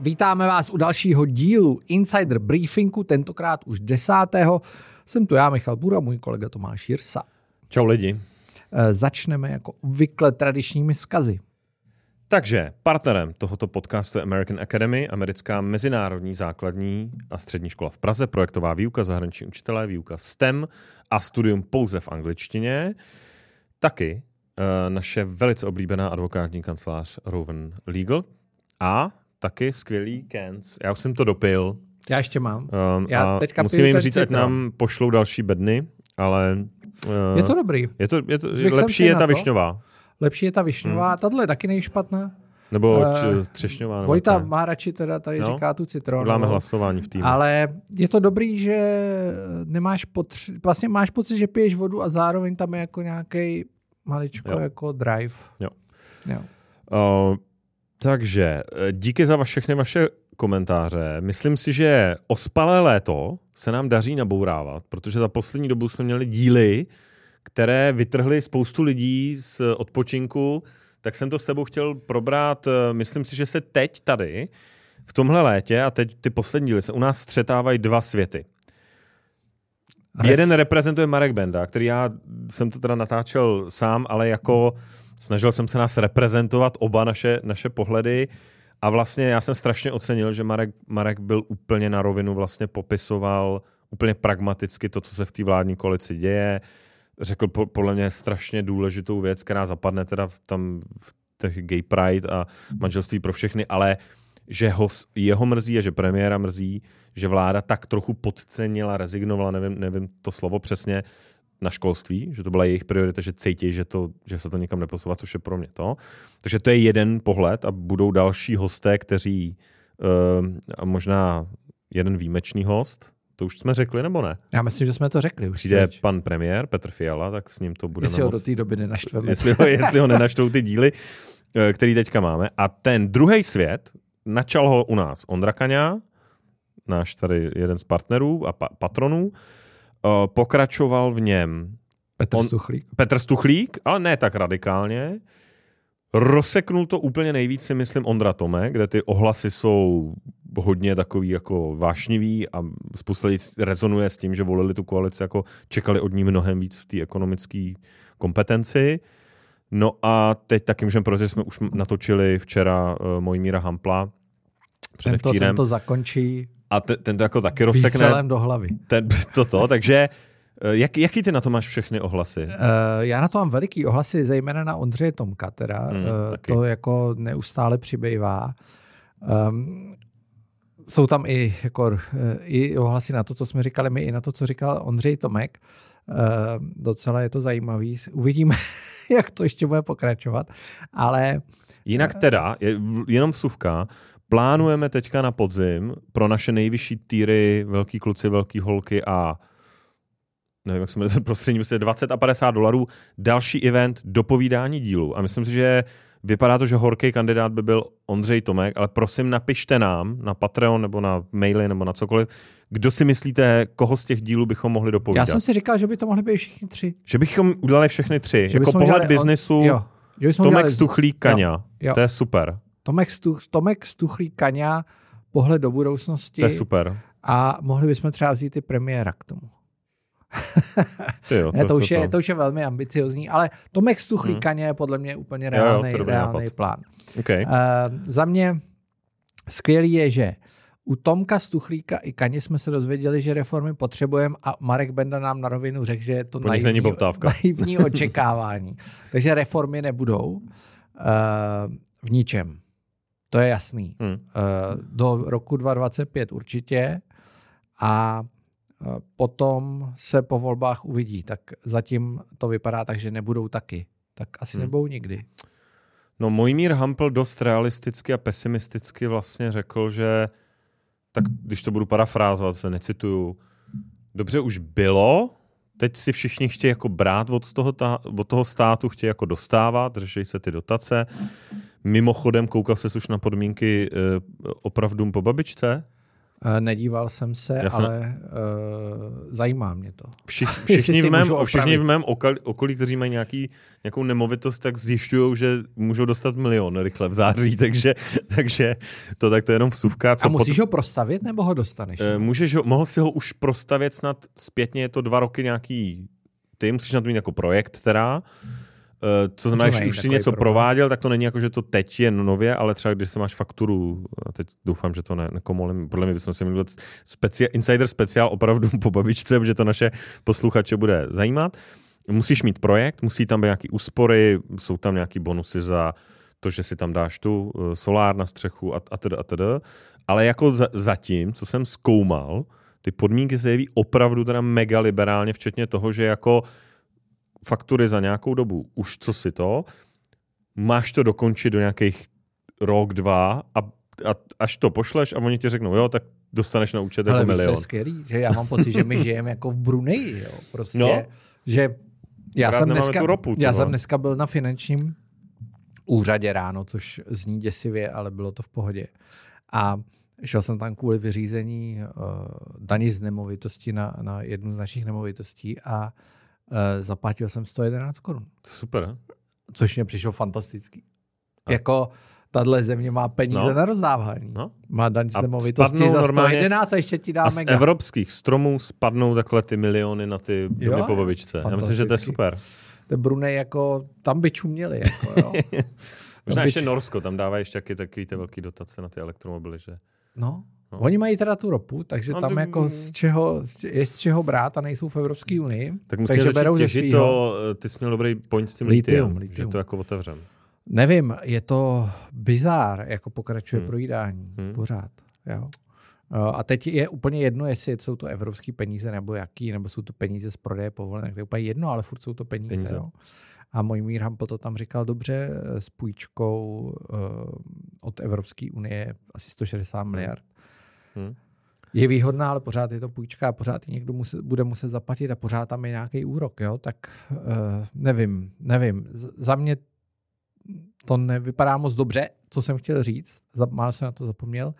Vítáme vás u dalšího dílu Insider Briefingu, tentokrát už 10. Jsem tu já, Michal Bura, můj kolega Tomáš Jirsa. Čau lidi. Začneme jako obvykle tradičními vzkazy. Takže partnerem tohoto podcastu je American Academy, americká mezinárodní základní a střední škola v Praze, projektová výuka, zahraniční učitelé, výuka STEM a studium pouze v angličtině. Taky naše velice oblíbená advokátní kancelář Rowan Legal a taky skvělý Cans. Já už jsem to dopil. Já ještě mám. Já teďka musím jim říct, ať nám pošlou další bedny, ale... je to dobrý. Lepší je ta višňová. Lepší je ta višňová, tahle je taky nejšpatná. Nebo třešňová. Vojta má radši teda tady říká tu citronovou. Dáme hlasování v týmu. Ale je to dobrý, že nemáš vlastně máš pocit, že piješ vodu a zároveň tam je jako nějaký maličko jako drive. Jo. Takže díky za všechny vaše komentáře. Myslím si, že ospalé léto se nám daří nabourávat, protože za poslední dobu jsme měli díly, které vytrhly spoustu lidí z odpočinku, tak jsem to s tebou chtěl probrat. Myslím si, že se teď tady, v tomhle létě, a teď ty poslední díly, se u nás střetávají dva světy. Jeden reprezentuje Marek Benda, který já jsem to teda natáčel sám, ale jako snažil jsem se nás reprezentovat oba naše pohledy a vlastně já jsem strašně ocenil, že Marek byl úplně na rovinu, vlastně popisoval úplně pragmaticky to, co se v té vládní koalici děje. Řekl podle mě strašně důležitou věc, která zapadne teda v těch gay pride a manželství pro všechny, ale že jeho mrzí a že premiéra mrzí, že vláda tak trochu podcenila, rezignovala, nevím to slovo přesně, na školství, že to byla jejich priorita, že cítí, že se to nikam neposouvá, což je pro mě to. Takže to je jeden pohled a budou další hosté, kteří a možná jeden výjimečný host. To už jsme řekli, nebo ne? Já myslím, že jsme to řekli. Už přijde pan premiér Petr Fiala, tak s ním to budeme jestli ho do té doby nenaštveme. Jestli ho nenaštou ty díly, který teďka máme. A ten druhý svět, načal ho u nás Ondra Kaňa, náš tady jeden z partnerů a patronů, pokračoval v něm Petr Stuchlík, ale ne tak radikálně. Rozseknul to úplně nejvíc, si myslím, Ondra Tomek, kde ty ohlasy jsou hodně takový jako vášnivý a spousta lidí rezonuje s tím, že volili tu koalici, jako čekali od ní mnohem víc v té ekonomické kompetenci. No a teď taky můžeme, protože jsme už natočili včera Mojmíra Hampla předevčírem. Ten to zakončí a ten to jako taky rozsekne. Výstřelem do hlavy. Takže jaký ty na to máš všechny ohlasy? Já na to mám veliký ohlasy, zejména na Ondřeje Tomka, teda. To jako neustále přibývá. Jsou tam i ohlasy na to, co jsme říkali my, i na to, co říkal Ondřej Tomek. Docela je to zajímavý. Uvidíme, jak to ještě bude pokračovat. Ale jinak teda, jenom vsuvka, plánujeme teďka na podzim pro naše nejvyšší týry, velký kluci, velký holky a nevím, jak jsme to prostřednictvím $20 a $50 další event dopovídání dílu. A myslím si, že vypadá to, že horký kandidát by byl Ondřej Tomek, ale prosím napište nám na Patreon nebo na maily nebo na cokoliv, kdo si myslíte, koho z těch dílů bychom mohli dopovídat. Já jsem si říkal, že by to mohli být všichni tři. Že bychom udělali všechny tři. Jako pohled biznesu, Tomek, Stuchlík, Kaňa. Jo. To je super. Tomek, Stuchlík, Kaňa, pohled do budoucnosti. To je super. A mohli bychom třeba vzít i premiéra k tomu. To už je velmi ambiciozní, ale Tomek Stuchlík Kaňa je podle mě úplně reálný plán. Okay. Za mě skvělý je, že u Tomka Stuchlíka i Kaně jsme se dozvěděli, že reformy potřebujeme a Marek Benda nám na rovinu řekl, že je to naivní očekávání. Takže reformy nebudou v ničem. To je jasný. Do roku 2025 určitě a potom se po volbách uvidí. Tak zatím to vypadá tak, že nebudou taky. Tak asi nebudou nikdy. No Mojmír Hampl dost realisticky a pesimisticky vlastně řekl, že tak když to budu parafrázovat, se necituju, dobře už bylo, teď si všichni chtějí jako brát od toho státu, chtějí jako dostávat, řeší se ty dotace. Mimochodem, koukal ses už na podmínky opravdu po babičce? Nedíval jsem se, ale zajímá mě to. Všichni v mém okolí, kteří mají nějakou nemovitost, tak zjišťují, že můžou dostat 1 000 000 rychle v září, takže to je jenom vsuvka. A musíš ho prostavit, nebo ho dostaneš? Mohl si ho už prostavět snad zpětně, je to 2 roky nějaký, ty musíš na to mít jako projekt, teda. Co znamená, když už si něco prováděl, tak to není jako, že to teď je nově, ale třeba když se máš fakturu, a teď doufám, že to nekomolím, podle mě bychom si měli insider speciál opravdu po babičce, protože to naše posluchače bude zajímat. Musíš mít projekt, musí tam být nějaký úspory, jsou tam nějaký bonusy za to, že si tam dáš tu solár na střechu atd. Ale jako zatím, co jsem zkoumal, ty podmínky se jeví opravdu teda mega liberálně, včetně toho, že jako faktury za nějakou dobu, už co si to, máš to dokončit do nějakých rok, 2 a až to pošleš a oni ti řeknou, jo, tak dostaneš na účet jako 1 000 000. Ale je skvělý, že já mám pocit, že my žijeme jako v Bruneji, jo, prostě, no, že já jsem dneska byl na finančním úřadě ráno, což zní děsivě, ale bylo to v pohodě. A šel jsem tam kvůli vyřízení daní z nemovitosti na jednu z našich nemovitostí a zaplatil jsem 111 korun. Super. Což mě přišlo fantastický. Jako tahle země má peníze na rozdávání. No. Má daň z nemovitosti za 111 a ještě ti dá mega. A z evropských stromů spadnou takhle ty miliony na ty domy po babičce. Já myslím, že to je super. Ten Brunei, jako, tam by čuměli. Jako, jo. Možná ještě Norsko, tam dávají ještě takový ty velký dotace na ty elektromobily, že? No. Oni mají teda tu ropu, takže tam jako je z čeho brát a nejsou v Evropské unii. Tak musí začít těžit to, ty jsi měl dobrý point s tím litium, že to jako otevřem. Nevím, je to bizár, jako pokračuje projídání pořád. Jo. A teď je úplně jedno, jestli jsou to evropské peníze nebo jaký, nebo jsou to peníze z prodeje povolenek. To je úplně jedno, ale furt jsou to peníze. Jo. A Mojmír Hampl to tam říkal dobře, s půjčkou od Evropské unie asi 160 miliard. Je výhodná, ale pořád je to půjčka a pořád ji někdo bude muset zaplatit a pořád tam je nějaký úrok. Jo? Tak nevím. Za mě to nevypadá moc dobře, co jsem chtěl říct. Málo jsem na to zapomněl.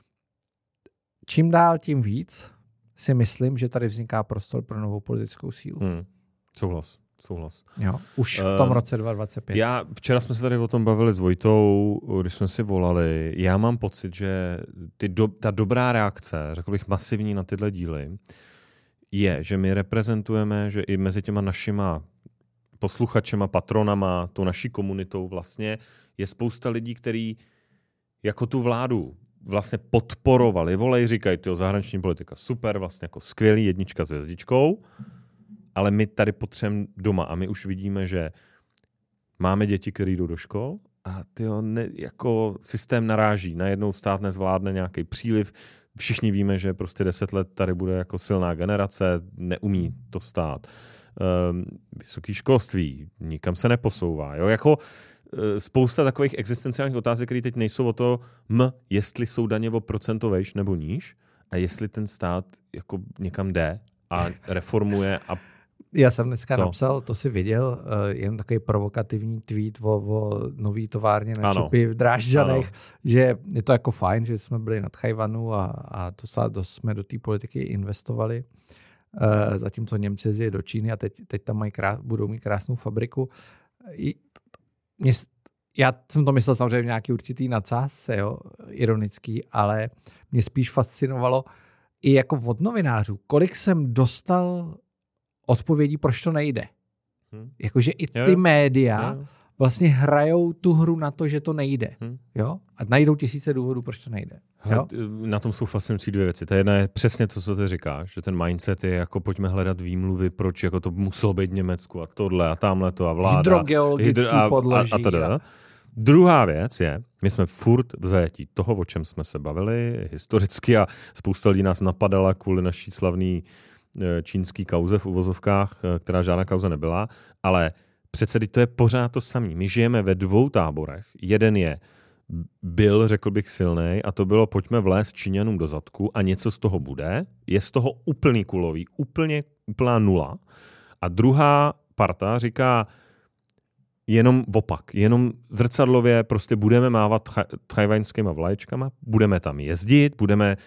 Čím dál, tím víc si myslím, že tady vzniká prostor pro novou politickou sílu. Souhlas. Jo, už v tom roce 2025. Včera jsme se tady o tom bavili s Vojtou, když jsme si volali. Já mám pocit, že ta dobrá reakce, řekl bych masivní na tyhle díly, je, že my reprezentujeme, že i mezi těma našima posluchačema, patronama, tou naší komunitou vlastně je spousta lidí, kteří jako tu vládu vlastně podporovali, volají, říkají, tyjo, zahraniční politika super, vlastně jako skvělý, 1 s hvězdičkou, ale my tady potřebujeme doma a my už vidíme, že máme děti, které jdou do škol a jako systém naráží. Najednou stát nezvládne nějaký příliv. Všichni víme, že prostě 10 let tady bude jako silná generace, neumí to stát. Vysoké školství, nikam se neposouvá. Jo? Jako spousta takových existenciálních otázek, které teď nejsou o to, jestli jsou daně o procento vejš nebo níž a jestli ten stát jako někam jde a reformuje a já jsem dneska napsal, to si viděl, jen takový provokativní tweet o nový továrně na čipy v Drážďanech, že je to jako fajn, že jsme byli na Tchajvanu a to jsme do té politiky investovali, zatímco Němci jezdí do Číny a teď tam budou mít krásnou fabriku. Já jsem to myslel samozřejmě v nějaký určitý nadsázce, jo, ironický, ale mě spíš fascinovalo i jako od novinářů, kolik jsem dostal odpovědí, proč to nejde. Jakože i ty média vlastně hrajou tu hru na to, že to nejde. Jo? A najdou tisíce důvodů, proč to nejde. Jo? Na tom jsou fascinující 2 věci. Ta jedna je přesně to, co ty říkáš, že ten mindset je jako pojďme hledat výmluvy, proč jako to muselo být v Německu a tohle a tamhle to a vláda. Hydrogeologický podloží. Druhá věc je, my jsme furt v zajetí toho, o čem jsme se bavili historicky a spousta lidí nás napadala kvůli naší slavný čínský kauze v uvozovkách, která žádná kauza nebyla, ale přece to je pořád to samé. My žijeme ve 2 táborech. Jeden byl, řekl bych, silnej a to bylo pojďme vlézt Číňanům do zadku a něco z toho bude. Je z toho úplný kulový, úplná nula. A druhá parta říká jenom opak, jenom zrcadlově prostě budeme mávat tchajvanskýma vlaječkama, budeme tam jezdit, budeme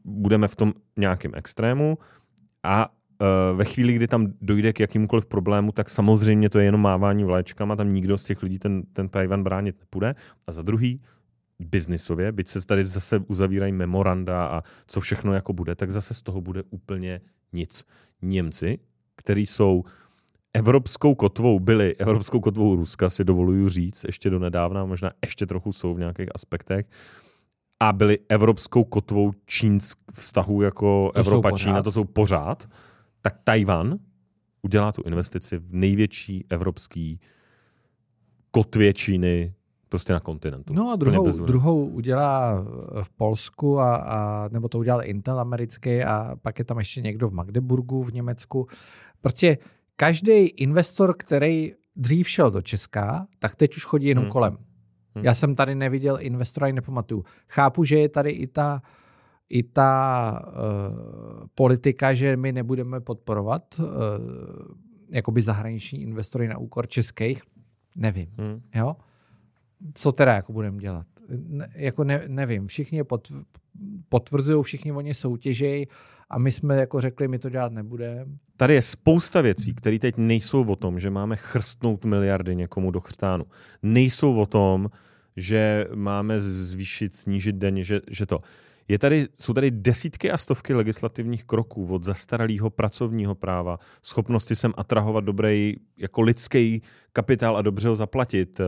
budeme v tom nějakém extrému a ve chvíli, kdy tam dojde k jakýmkoliv problému, tak samozřejmě to je jenom mávání vlaječkama, tam nikdo z těch lidí ten Tajvan bránit nepůjde. A za druhý, biznisově, byť se tady zase uzavírají memoranda a co všechno jako bude, tak zase z toho bude úplně nic. Němci, kteří jsou evropskou kotvou Ruska, si dovoluju říct, ještě do nedávna, možná ještě trochu jsou v nějakých aspektech, a byli evropskou kotvou vztahů jako Evropa-Čína, to jsou pořád, tak Tajvan udělá tu investici v největší evropský kotvě Číny prostě na kontinentu. No a druhou udělá v Polsku, nebo to udělal Intel americký a pak je tam ještě někdo v Magdeburgu v Německu. Prostě každý investor, který dřív šel do Česka, tak teď už chodí jenom kolem. Já jsem tady neviděl investora, ani nepamatuju. Chápu, že je tady i ta politika, že my nebudeme podporovat jakoby zahraniční investory na úkor českých. Nevím. Jo? Co teda jako budeme dělat? Nevím. Všichni je potvrzují, všichni oni soutěžejí a my jsme jako řekli, my to dělat nebudeme. Tady je spousta věcí, které teď nejsou o tom, že máme chrstnout miliardy někomu do chřtánu. Nejsou o tom, že máme zvýšit, snížit daně, že to. Jsou tady desítky a stovky legislativních kroků od zastaralého pracovního práva, schopnosti sem atrahovat dobrý jako lidský kapitál a dobře ho zaplatit.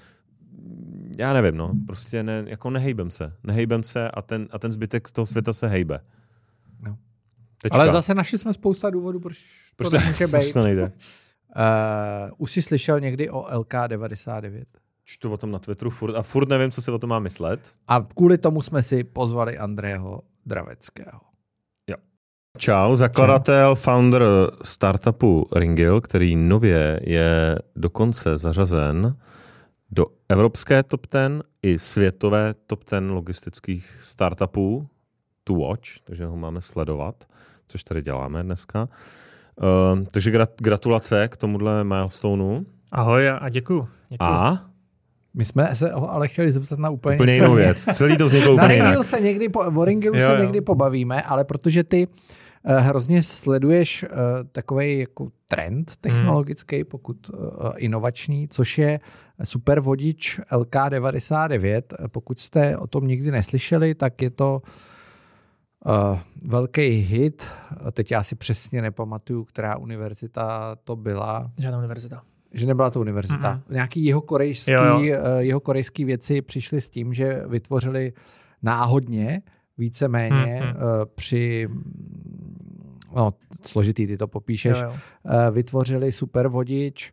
Já nevím, no. Prostě nehejbem se a ten zbytek toho světa se hejbe. No. Ale zase našli jsme spousta důvodů, proč to nemůže být. To nejde. Už jsi slyšel někdy o LK99? Čtu o tom na Twitteru furt nevím, co si o tom má myslet. A kvůli tomu jsme si pozvali Andreho Draveckého. Jo. Čau, zakladatel, founder startupu Ringil, který nově je dokonce zařazen do evropské top 10 i světové top 10 logistických startupů to watch, takže ho máme sledovat, což tady děláme dneska. Takže gratulace k tomuhle milestoneu. Ahoj a děkuju. A? My jsme se ale chtěli zeptat na úplně jinou věc. Celý to vzniklo úplně jinak. O Ringilu se někdy pobavíme, ale protože ty hrozně sleduješ takový jako trend technologický, pokud inovační, což je super vodič LK99. Pokud jste o tom nikdy neslyšeli, tak je to velký hit. Teď já si přesně nepamatuju, která univerzita to byla. Žádná univerzita. Že nebyla to univerzita. Nějaký jeho korejský věci přišli s tím, že vytvořili náhodně, víceméně při složitý, ty to popíšeš, vytvořili super vodič,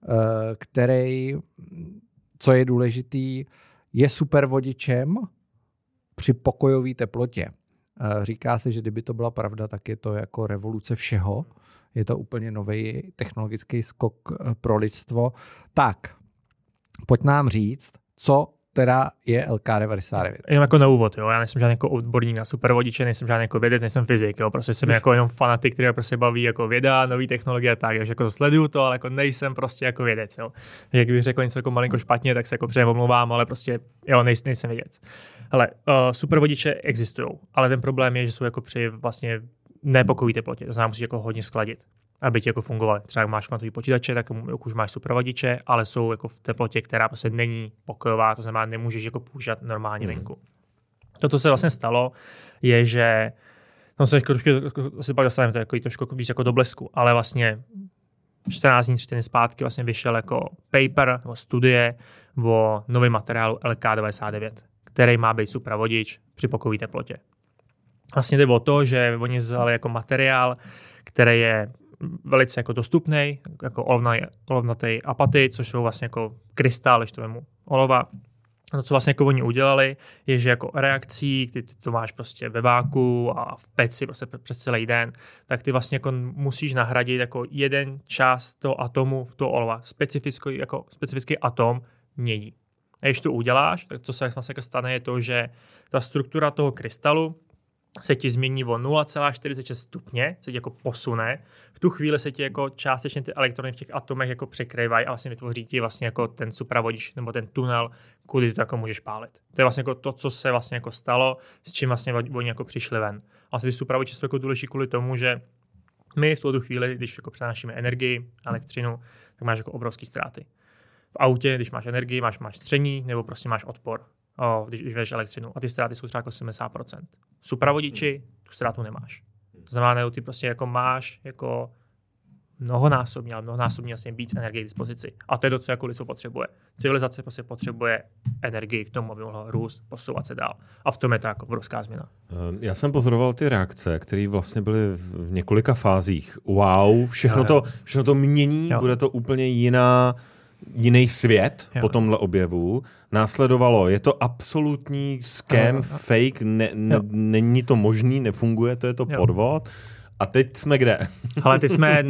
který, co je důležitý, je super vodičem při pokojové teplotě. Říká se, že kdyby to byla pravda, tak je to jako revoluce všeho. Je to úplně nový technologický skok pro lidstvo. Tak, pojď nám říct, co teda je LK99. Jenom jako na úvod, jo. Já nejsem žádný jako odborník na supervodiče, nejsem žádný jako vědec, nejsem fyzik, jo. Prostě jsem jako jenom fanatik, který prostě baví jako věda, nový technologie a tak, takže jako sleduju to, ale jako nejsem prostě jako vědec, jo. Jak bych řekl něco jako malinko špatně, tak se jako předem omlouvám, ale prostě jo, nejsem vědec. Hele, supervodiče existují, ale ten problém je, že jsou jako při vlastně nepokojové teplotě, to znamená, musíš jako hodně skladit, aby ti jako fungovaly. Třeba jak máš kvantový počítače, tak už máš supervodiče, ale jsou jako v teplotě, která prostě není pokojová, to znamená, nemůžeš jako používat normálně venku. To, co se vlastně stalo, je, že no se asi pak dostaneme to jako trošku víc jako do blesku, ale vlastně 14 dní, 3 týdny zpátky vlastně vyšel jako paper nebo studie o novém materiálu LK99, který má být supervodič při pokojové teplotě. Vlastně jde o to, že oni vzali jako materiál, který je velice jako dostupný, jako olovnatý apatit, což jsou vlastně jako krystal, když to vemu olova. To, co vlastně jako oni udělali, je, že jako reakcí, kdy ty to máš prostě ve váku a v peci prostě přes celý den, tak ty vlastně jako musíš nahradit jako jeden část toho atomu v toho olova, specifický atom mědí. A když to uděláš, tak co se vlastně stane, je to, že ta struktura toho krystalu se ti změní o 0,46 stupně, se ti jako posune. V tu chvíli se ti jako částečně ty elektrony v těch atomech jako překrývají a vlastně vytvoří ti vlastně jako ten supravodič nebo ten tunel, kudy to jako můžeš pálit. To je vlastně jako to, co se vlastně jako stalo, s čím vlastně oni jako přišli ven. Vlastně ty supravodiče jsou jako důležitý kvůli tomu, že my v tu chvíli, když jako přenášíme energii, elektřinu, tak máš jako obrovský ztráty. V autě, když máš energii, máš tření nebo prostě máš odpor, když vedeš elektřinu. A ty ztráty jsou třeba jako 70%. Supravodiči tu ztrátu nemáš. To znamená, ty prostě jako máš jako mnohonásobně vlastně víc energie k dispozici. A to je to, co jako lidstvo potřebuje. Civilizace prostě potřebuje energii k tomu, aby mohla růst, posouvat se dál. A v tom je to jako obrovská změna. Já jsem pozoroval ty reakce, které vlastně byly v několika fázích. Wow, všechno to mění, bude to úplně jiný svět po tomhle objevu. Následovalo, je to absolutní scam, fake, není to možný, nefunguje, to je to podvod. A teď jsme kde? Ale teď jsme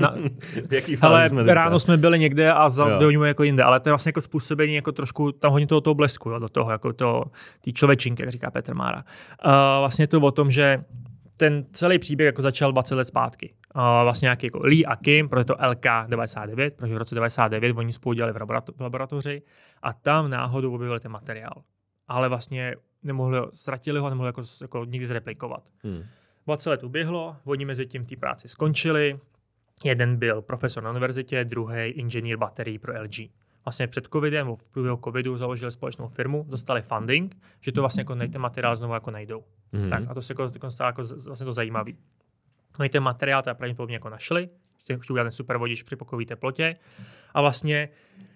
ráno jsme byli někde a zaujíme jako jinde, ale to je vlastně jako způsobení jako trošku tam hodně toho blesku, jo, do toho jako ty člověčinky, jak říká Petr Mára. Vlastně to o tom, že ten celý příběh jako začal 20 let zpátky. Vlastně nějaký jako Lee a Kim, protože to LK-99, protože v roce 99 oni spolu dělali v laboratoři a tam náhodou objevili ten materiál. Ale vlastně ztratili ho a nemohli jako nikdy zreplikovat. 20 let uběhlo, oni mezi tím té práci skončili. Jeden byl profesor na univerzitě, druhý inženýr baterií pro LG. Vlastně před covidem, v průběhu covidu založili společnou firmu, dostali funding, že to vlastně jako ten materiál znovu jako najdou. Tak a to se jako stalo jako vlastně to zajímavý. Oni ten materiál teda pravděpodobně jako našli, chtěli udělat ten supervodič při pokojové teplotě a vlastně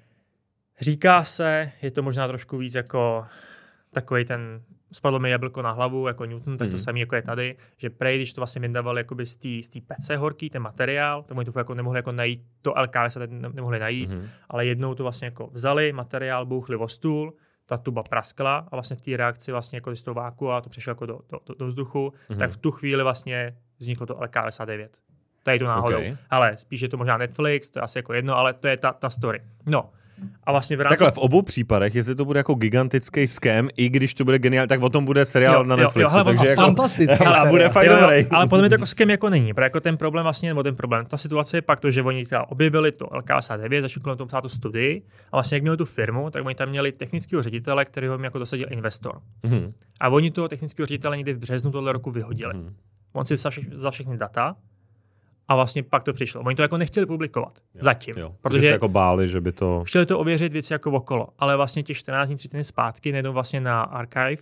říká se, je to možná trošku víc jako takovej ten spadlo mi jablko na hlavu jako Newton, tak to samé jako je tady, že prej, když to vlastně vydávali jakoby z té pece horký, ten materiál, tak oni to jako nemohli jako najít, to LKV se nemohli najít, ale jednou to vlastně jako vzali, materiál bouchli o stůl, ta tuba praskla a vlastně v té reakci vlastně jako z toho váku a to přešlo jako do vzduchu, tak v tu chvíli vlastně vzniklo to LK-59. Tady to náhodou. Okay. Ale spíš je to možná Netflix, to je asi jako jedno, ale to je ta story. No. A vlastně takhle v obou případech, jestli to bude jako gigantický scam, i když to bude geniální, tak o tom bude seriál na Netflixu. Takže jako fantastický. Ale bude fakt dobrý. Ale potom je to jako scam jako není. Protože jako ten problém vlastně, nebo ten problém, ta situace je pak to, že oni objevili to LK-59, začali kolem tomu psát tu studii a vlastně jak měli tu firmu, tak oni tam měli technického ředitele, kterého jim jako dosadil investor. A oni toho technického ředitele někdy v březnu tohle roku vyhodili. On si vzal všechny data. A vlastně pak to přišlo. Oni to jako nechtěli publikovat. Zatím. Protože se jako báli, že by to... Chtěli to ověřit věci jako okolo. Ale vlastně těch 14 dní, 3 týdny zpátky najdou vlastně na Archive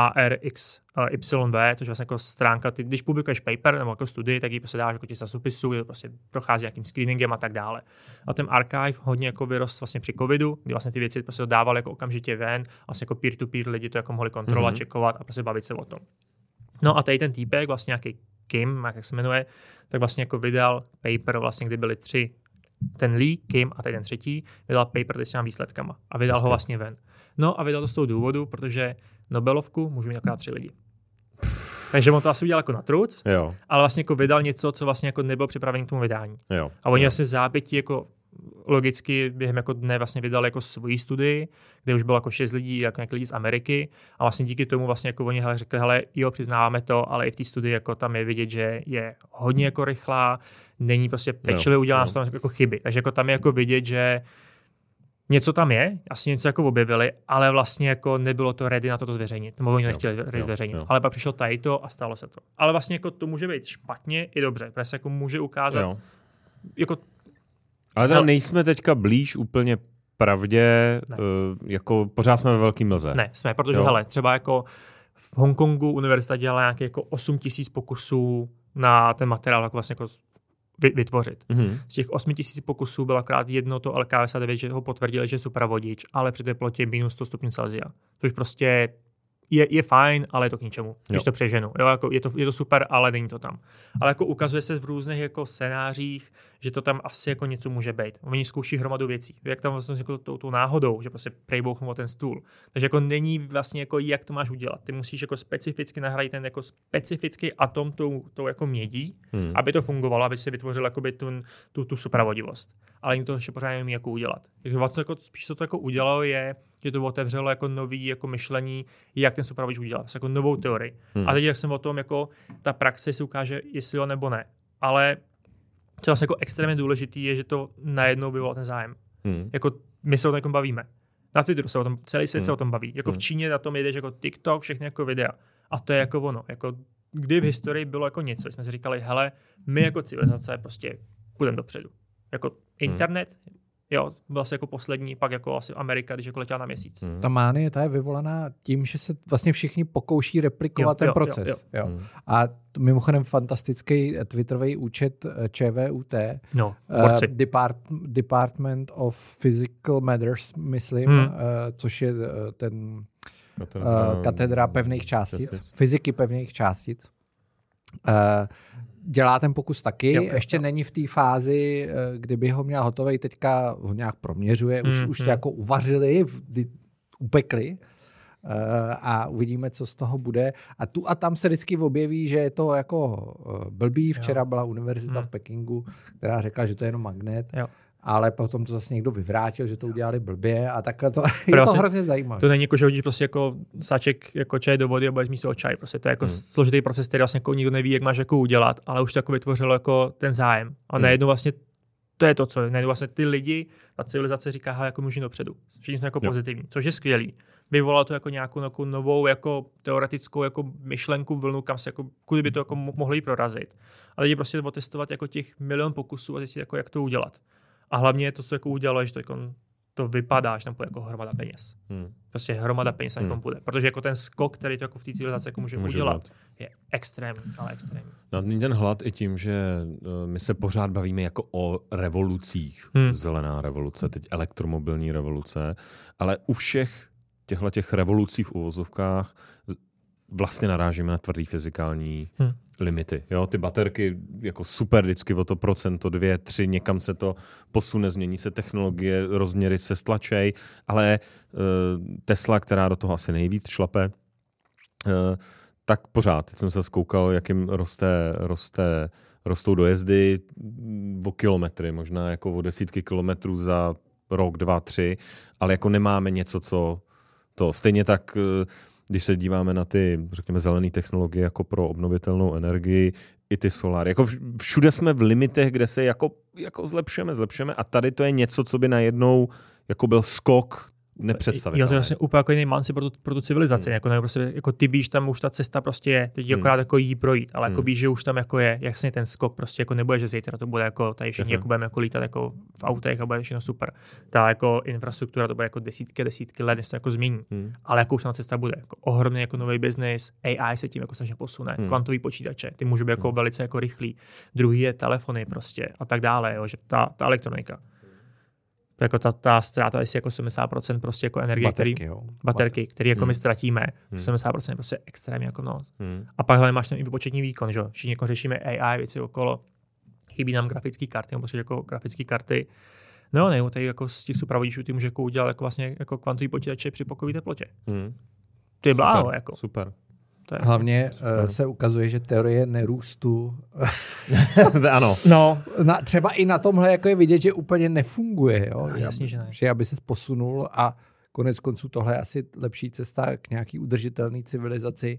ARXYV, což vlastně jako stránka, když publikuješ paper nebo jako studii, tak ji prostě dáš jako časopisu, je to prostě prochází nějakým screeningem a tak dále. A ten Archive hodně jako vyrost vlastně při covidu, kdy vlastně ty věci prostě dodávali jako okamžitě ven, vlastně jako peer-to-peer lidi to jako mohli kontrolovat, čekovat a prostě bavit se o tom. No a tady ten týpek, vlastně nějaký Kim, jak se jmenuje, tak vlastně jako vydal paper, vlastně, kdy byly 3, ten Lee, Kim a tady ten třetí, vydal paper s těmi výsledkama a vydal ho vlastně ven. No a vydal to z toho důvodu, protože Nobelovku můžou mít akorát 3 lidi. Takže on to asi udělal jako na truc, ale vlastně jako vydal něco, co vlastně jako nebylo připravené k tomu vydání. A oni vlastně v zápětí jako logicky během jako dne vlastně vydali jako svoji studii, kde už bylo jako 6 lidí, jako nějaký lidi z Ameriky a vlastně díky tomu vlastně jako oni řekli, hele, jo, přiznáváme to, ale i v té studii jako tam je vidět, že je hodně jako rychlá, není prostě pečlivě udělána z toho jako chyby. Takže jako tam je jako vidět, že něco tam je, asi něco jako objevili, ale vlastně jako nebylo to ready na to zveřejnit. Nebo oni nechtěli zveřejnit. Ale pak přišlo tady to a stalo se to. Ale vlastně jako to může být špatně i dobře, protože se jako může ukázat jako. Ale teda nejsme teďka blíž úplně pravdě, jako pořád jsme ve velký mlze. Ne, jsme, protože hele, třeba jako v Hongkongu univerzita dělala nějaké jako 8 000 pokusů na ten materiál jako vlastně jako vytvořit. Z těch 8 000 pokusů bylo akorát jedno to LK-59, že ho potvrdili, že je supravodič, ale při teplotě minus 100 stupňů Celsia. Což prostě je fajn, ale je to k ničemu, když to přeženu. Jo, jako je to super, ale není to tam. Ale jako ukazuje se v různých jako scénářích, že to tam asi jako něco může být. Oni zkouší hromadu věcí. Jak tam vlastně jako tou náhodou, že prostě prejbouchnou ten stůl. Takže jako není vlastně jako jak to máš udělat. Ty musíš jako specificky nahradit ten jako specifický atom tou jako mědí, aby to fungovalo, aby si vytvořil jakoby tu supravodivost. Ale to ještě pořád nevím, jako udělat. Takže to jako, spíš to jako udělalo je, že to otevřelo jako nový jako myšlení, jak ten supravodič udělat. Jako novou teorii. A teď jak jsem o tom, jako ta praxe si ukáže, jestli jo nebo ne. Ale co vlastně jako extrémně důležitý je, že to najednou vyvolalo ten zájem. Jako my se o tom bavíme. Na Twitteru se o tom, celý svět se o tom baví. Jako v Číně na tom jedeš jako TikTok, všechny jako videa. A to je jako ono. Jako kdy v historii bylo jako něco, jsme si říkali, hele, my jako civilizace prostě půjdeme dopředu. Jako internet, jo, vlastně jako poslední, pak jako asi Amerika, když jako letěla na měsíc. Ta mánie, ta je vyvolaná tím, že se vlastně všichni pokouší replikovat ten proces. Jo. A mimochodem fantastický twitterový účet ČVUT, Department of Physical Matters, myslím, což je ten katedra pevných částic, fyziky pevných částic. Dělá ten pokus taky, ještě není v té fázi, kdyby ho měl hotovej, teďka ho nějak proměřuje, už to jako uvařili, upekli a uvidíme, co z toho bude. A tu a tam se vždycky objeví, že je to jako blbý. Včera byla univerzita v Pekingu, která řekla, že to je jenom magnet. Ale potom to zase někdo vyvrátil, že to udělali blbě a takhle to je to hrozně zajímavé. To není jako, že hodíš prostě jako sáček jako čaj do vody a budeš místo čaj. Prostě to je jako složitý proces, který vlastně jako nikdo neví, jak máš jako udělat, ale už to jako vytvořilo jako ten zájem. A najednou vlastně to je to, co najednou vlastně ty lidi, ta civilizace říká, hele, jako můžeme dopředu. Všichni jsme jako pozitivní, což je skvělý. Vyvolalo to jako nějakou novou jako teoretickou jako myšlenku vlnu, kam se jako kudy by to jako mohli prorazit. A lidi prostě otestovat jako těch milion pokusů a zjistit jako jak to udělat. A hlavně to, co jako udělalo, že to, jako, to vypadá, že tam půjde jako hromada peněz. Prostě hromada peněz tam půjde. Protože jako ten skok, který to jako v té civilizaci jako může udělat, je extrémní, ale extrémní. No, ten hlad i tím, že my se pořád bavíme jako o revolucích. Zelená revoluce, teď elektromobilní revoluce, ale u všech těch revolucí v uvozovkách vlastně narážíme na tvrdý fyzikální limity. Jo? Ty baterky jako super vždycky o to procento, 2, 3, někam se to posune, změní se technologie, rozměry se stlačej, ale Tesla, která do toho asi nejvíc šlape, tak pořád. Teď jsem se zkoukal, jak jim rostou dojezdy o kilometry, možná jako o desítky kilometrů za rok, 2, 3, ale jako nemáme něco, co to. Stejně tak když se díváme na ty, řekněme, zelené technologie jako pro obnovitelnou energii, i ty soláry. Jako všude jsme v limitech, kde se jako zlepšujeme a tady to je něco, co by najednou jako byl skok nepředstavitelný. Jo, to je vlastně úplně jako jiný manci pro tu civilizaci. Jako ty víš, tam už ta cesta prostě je, teď akorát jako jí projít, ale jako víš, že už tam jako je, jasně ten skok prostě jako nebude, že zítra to bude jako tady všichni jako budeme jako lítat jako v autech a bude všechno super. Ta jako infrastruktura to bude jako desítky let, než to jako změní. Ale jako už ta cesta bude. Jako ohromný jako nový biznis, AI se tím jako strašně posune, kvantový počítače, ty můžou být jako velice jako rychlý. Druhý je telefony prostě a tak dále, jo, že ta elektronika. Jako ta ztráta je jako 70% prostě jako energie, baterky, který jako my ztratíme, 70% je prostě extrémně jako noc. A pak hlavně máš ten i výpočetní výkon, že? Všichni jako řešíme AI věci okolo, chybí nám grafické karty, nebo jako grafické karty. No ne, tady jako z těch supravodičů ty může jako udělat jako vlastně jako kvantový počítače při pokojové teplotě. To je bláho jako. Super. Hlavně se ukazuje, že teorie nerůstu ano. No, třeba i na tomhle jako je vidět, že úplně nefunguje. Jo? Jasně, že ne. Že aby se posunul a konec konců tohle je asi lepší cesta k nějaký udržitelné civilizaci,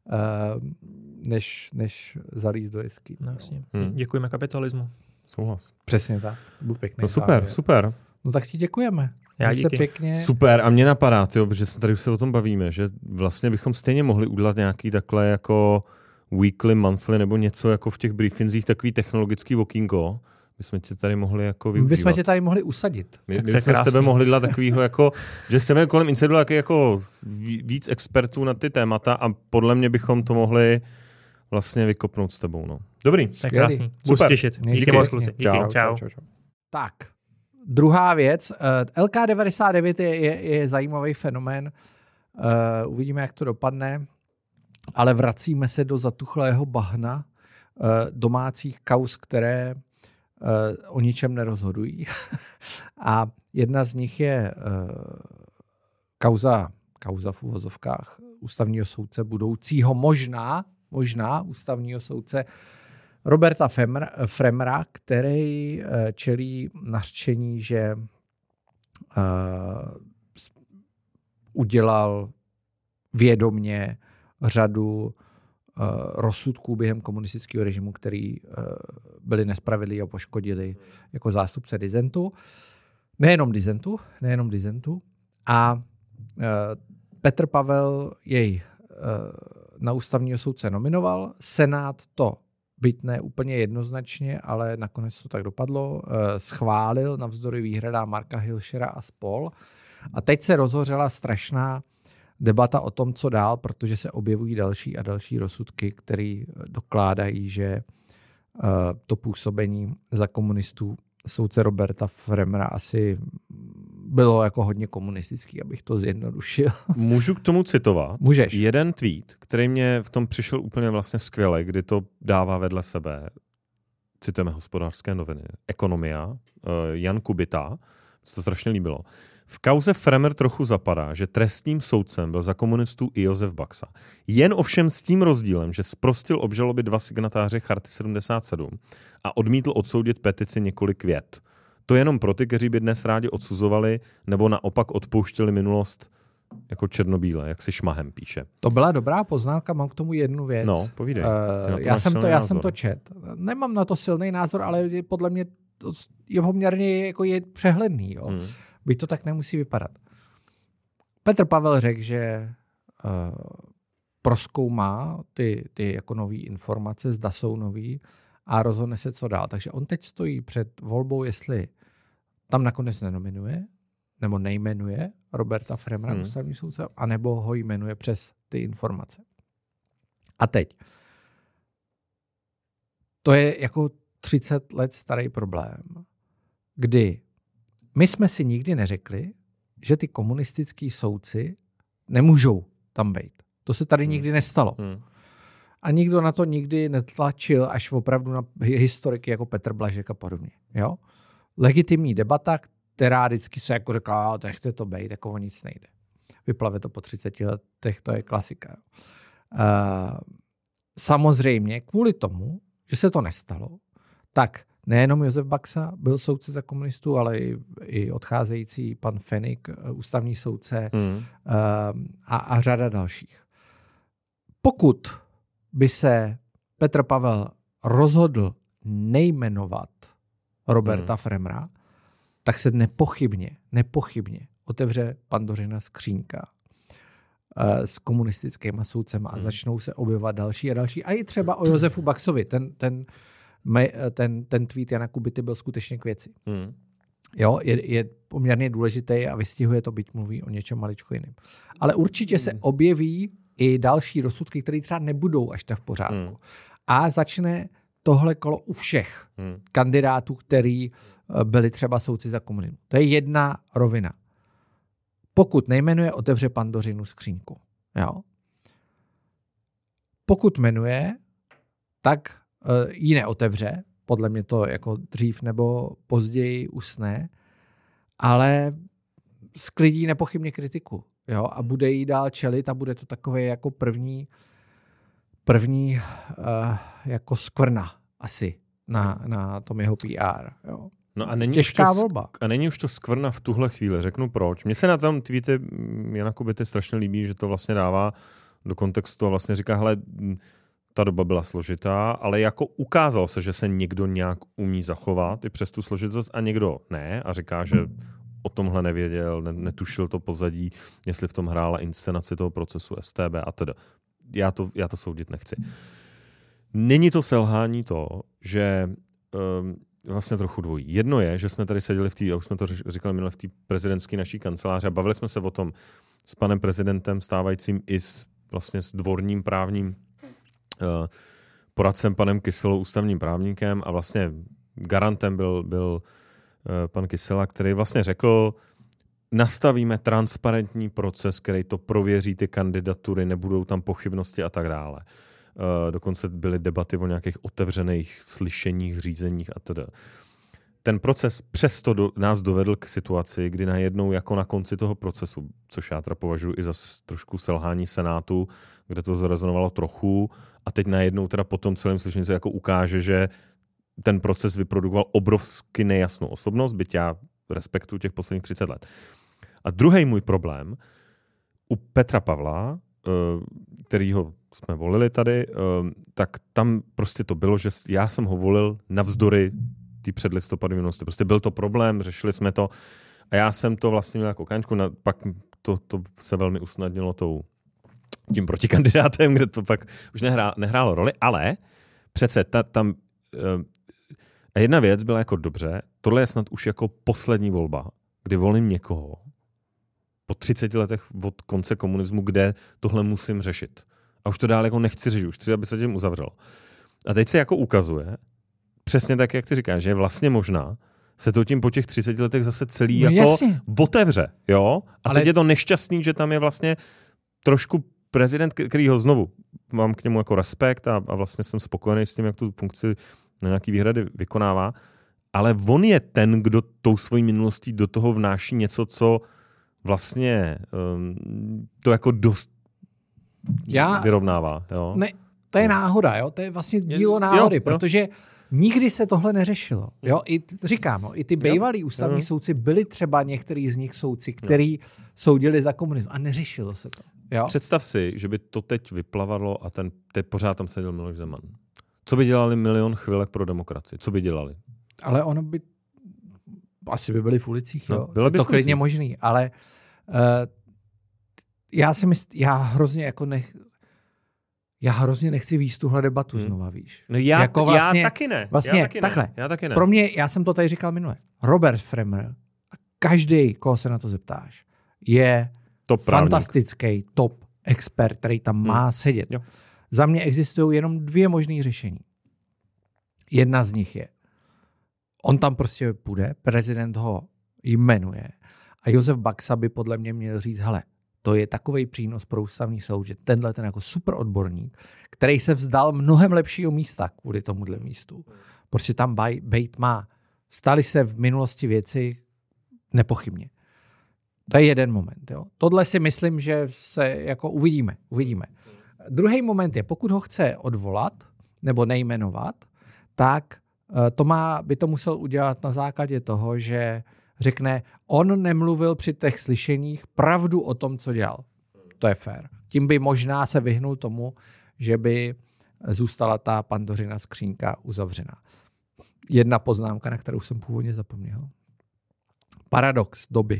než zalízt do jeskyně. No, jasně. Děkujeme kapitalismu. Souhlas. Přesně tak. Byl pěkný. No super. No tak ti děkujeme. Já díky. Pěkně. Super, a mě napadá, protože jsme tady už se o tom bavíme, že vlastně bychom stejně mohli udělat nějaký takhle jako weekly, monthly nebo něco jako v těch briefingsích, takový technologický okýnko. My jsme tě tady mohli jako využívat. My jsme tě tady mohli usadit. My jsme s tebe mohli dělat takovýho jako, že chceme kolem Insideru jako víc expertů na ty témata a podle mě bychom to mohli vlastně vykopnout s tebou. No. Dobrý. Tak krásný. Budu se těšit. Díky moc, kluci. Čau. Tak. Druhá věc, LK99 je zajímavý fenomén, uvidíme, jak to dopadne, ale vracíme se do zatuchlého bahna domácích kauz, které o ničem nerozhodují. A jedna z nich je kauza v uvozovkách ústavního soudce budoucího, možná ústavního soudce Roberta Fremera, který čelí nařčení, že udělal vědomně řadu rozsudků během komunistického režimu, který byli nespravedliví a poškodili jako zástupce disentu. Nejenom disentu. A Petr Pavel jej na ústavního soudce nominoval. Senát to, byť ne úplně jednoznačně, ale nakonec to tak dopadlo, schválil navzdory výhradám Marka Hilšera a spol. A teď se rozhořela strašná debata o tom, co dál, protože se objevují další a další rozsudky, které dokládají, že to působení za komunistů soudce Roberta Fremera asi bylo jako hodně komunistický, abych to zjednodušil. Můžu k tomu citovat? Můžeš. Jeden tweet, který mě v tom přišel úplně vlastně skvěle, kdy to dává vedle sebe, citujeme Hospodářské noviny, Ekonomia, Jan Kubita, se to strašně líbilo. V kauze Fremer trochu zapadá, že trestním soudcem byl za komunistů i Josef Baxa. Jen ovšem s tím rozdílem, že zprostil obžaloby 2 signatáře Charty 77 a odmítl odsoudit petici několik vět. To jenom pro ty, kteří by dnes rádi odsuzovali nebo naopak odpouštěli minulost jako černobíle, jak si šmahem píše. To byla dobrá poznámka, mám k tomu jednu věc. No, povídej. Já jsem to čet. Nemám na to silný názor, ale podle mě to je poměrně jako je přehledný. Jo. Byť to tak nemusí vypadat. Petr Pavel řekl, že prozkoumá ty jako nový informace, zda jsou nový a rozhodne se, co dál. Takže on teď stojí před volbou, jestli tam nakonec nenominuje, nebo nejmenuje Roberta Fremera, ústavní soudce, anebo ho jmenuje přes ty informace. A teď. To je jako 30 let starý problém, kdy my jsme si nikdy neřekli, že ty komunistický soudci nemůžou tam být. To se tady nikdy nestalo. A nikdo na to nikdy netlačil až opravdu na historiky jako Petr Blažek a podobně. Jo? Legitimní debata, která vždycky se jako řekla, nechte to být, jako o nic nejde. Vyplave to po 30 letech, to je klasika. Samozřejmě kvůli tomu, že se to nestalo, tak nejenom Josef Baxa byl soudce za komunistů, ale i odcházející pan Fenik, ústavní soudce a řada dalších. Pokud by se Petr Pavel rozhodl nejmenovat Roberta Fremera, tak se nepochybně otevře Pandořina skřínka s komunistickýma soudcema a začnou se objevovat další a další. A i třeba o Josefu Baxovi. Ten tweet Jana Kubity byl skutečně k věci. Jo, je poměrně důležitý a vystihuje to, byť mluví o něčem maličko jiném. Ale určitě se objeví i další rozsudky, které třeba nebudou až tak v pořádku. A začne tohle kolo u všech kandidátů, který byli třeba soudci za komunismu. To je jedna rovina. Pokud nejmenuje, otevře Pandořinu skřínku. Jo? Pokud jmenuje, tak ji neotevře. Podle mě to jako dřív nebo později usne, ale sklidí nepochybně kritiku. Jo? A bude jí dál čelit a bude to takové jako první jako skvrna asi na tom jeho PR. Jo? No a těžká volba. A není už to skvrna v tuhle chvíli, řeknu proč. Mně se na tom tweete Jana Kubity strašně líbí, že to vlastně dává do kontextu a vlastně říká, hele, ta doba byla složitá, ale jako ukázalo se, že se někdo nějak umí zachovat i přes tu složitost a někdo ne a říká, že o tomhle nevěděl, netušil to pozadí, jestli v tom hrála inscenaci toho procesu StB a teda. Já to soudit nechci. Není to selhání to, že vlastně trochu dvojí. Jedno je, že jsme tady seděli já už jsme to říkali minule v té prezidentské naší kanceláři a bavili jsme se o tom s panem prezidentem stávajícím i vlastně s dvorním právním poradcem panem Kyselou, ústavním právníkem a vlastně garantem byl pan Kysela, který vlastně řekl, nastavíme transparentní proces, který to prověří ty kandidatury, nebudou tam pochybnosti a tak dále. Dokonce byly debaty o nějakých otevřených slyšeních, řízeních a tedy. ten proces přesto nás dovedl k situaci, kdy najednou jako na konci toho procesu, což já teda považuji i za trošku selhání Senátu, kde to zarezonovalo trochu a teď najednou teda po tom celém slyšení se jako ukáže, že ten proces vyprodukoval obrovsky nejasnou osobnost, byť já respektuju těch posledních 30 let. A druhý můj problém u Petra Pavla, kterýho jsme volili tady, tak tam prostě to bylo, že já jsem ho volil navzdory ty předlistopadové minulosti. Prostě byl to problém, řešili jsme to a já jsem to vlastně měl jako kaňku, pak to se velmi usnadnilo tím protikandidátem, kde to pak už nehrálo roli, ale přece tam jedna věc byla jako dobře, tohle je snad už jako poslední volba, kdy volím někoho po 30 letech od konce komunismu, kde tohle musím řešit. A už to dál jako nechci řešit, už chci, aby se tím uzavřelo. A teď se jako ukazuje, přesně tak, jak ty říkáš, že vlastně možná se to tím po těch 30 letech zase celý jako otevře, jo? A teď je to nešťastný, že tam je vlastně trošku prezident, který ho znovu mám k němu jako respekt a vlastně jsem spokojený s tím, jak tu funkci na nějaký výhrady vykonává, ale on je ten, kdo tou svojí minulostí do toho vnáší něco, co vlastně to jako dost vyrovnává. Jo? Ne, to je náhoda, jo? To je vlastně dílo náhody, protože nikdy se tohle neřešilo. Jo? I ty bývalí ústavní soudci byli třeba některý z nich soudci, kteří soudili za komunismus a neřešilo se to. Jo? Představ si, že by to teď vyplavalo a teď pořád tam seděl Miloš Zeman. Co by dělali milion chvilek pro demokracii? Co by dělali? Ale ono by asi by byli v ulicích, jo. Bylo by to klidně možný, ale já si myslím, já hrozně nechci víc tuhle debatu znova, víš. No já taky ne. Vlastně takhle. Já taky ne. Pro mě, já jsem to tady říkal minule, Robert Fremer, a každý, koho se na to zeptáš, je fantastický top expert, který tam má sedět. Jo. Za mě existují jenom dvě možné řešení. Jedna z nich je, on tam prostě půjde, prezident ho jmenuje a Josef Baxa by podle mě měl říct, hele, to je takovej přínos pro ústavní soud, že tenhle ten jako super odborník, který se vzdal mnohem lepšího místa kvůli tomuhle místu. Prostě tam bejt má. Staly se v minulosti věci nepochybně. To je jeden moment. Jo. Tohle si myslím, že se jako uvidíme. Druhý moment je, pokud ho chce odvolat nebo nejmenovat, tak by to musel udělat na základě toho, že řekne, on nemluvil při těch slyšeních pravdu o tom, co dělal. To je fér. Tím by možná se vyhnul tomu, že by zůstala ta Pandořina skřínka uzavřená. Jedna poznámka, na kterou jsem původně zapomněl. Paradox doby.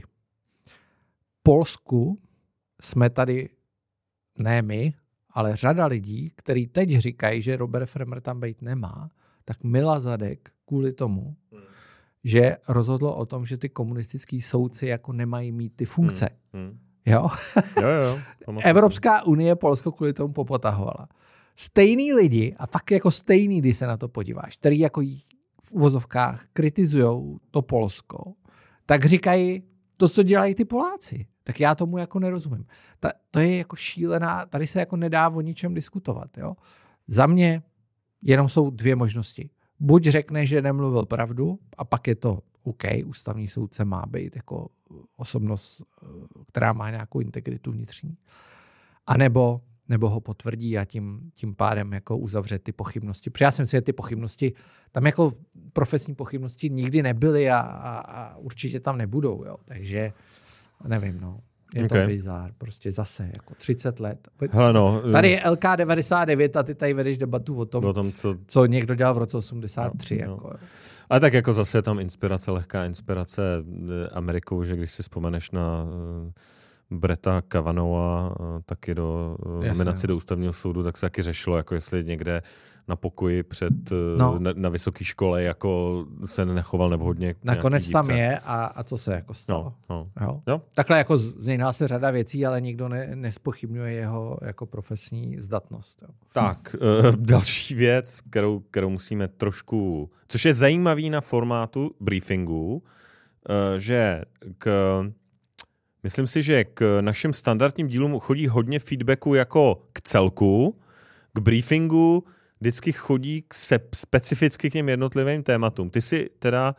V Polsku jsme tady, ne my, ale řada lidí, kteří teď říkají, že Robert Fremer tam být nemá, tak Mila Zadek kvůli tomu, že rozhodlo o tom, že ty komunistický soudci jako nemají mít ty funkce. Jo? Jo. Evropská unie Polsko kvůli tomu popotahovala. Stejný lidi, a fakt jako stejný, když se na to podíváš, který jako v uvozovkách kritizujou to Polsko, tak říkají to, co dělají ty Poláci. Tak já tomu jako nerozumím. To je jako šílená, tady se jako nedá o ničem diskutovat. Jo? Za mě jenom jsou dvě možnosti. Buď řekne, že nemluvil pravdu a pak je to OK, ústavní soudce má být jako osobnost, která má nějakou integritu vnitřní. A nebo ho potvrdí a tím pádem jako uzavře ty pochybnosti. Protože já jsem si, že ty pochybnosti, tam jako profesní pochybnosti nikdy nebyly a určitě tam nebudou. Jo. Takže nevím, no. Je to bizár, prostě zase jako 30 let. Hele no, tady je LK99 a ty tady vedeš debatu o tom co někdo dělal v roce 83. No. Jako. A tak jako zase je tam lehká inspirace Amerikou, že když si vzpomeneš na Bretta Kavanagha taky do nominaci do ústavního soudu, tak se taky řešilo, jako jestli někde na pokoji na vysoké škole jako se nechoval nevhodně. Nakonec tam je a co se jako stalo. No. Takhle jako změnila se řada věcí, ale nikdo nespochybňuje jeho jako profesní zdatnost. Jo. Tak, další věc, kterou musíme trošku, což je zajímavý na formátu briefingu, že myslím si, že k našim standardním dílům chodí hodně feedbacku jako k celku, k briefingu vždycky chodí specificky k těm jednotlivým tématům. Ty si teda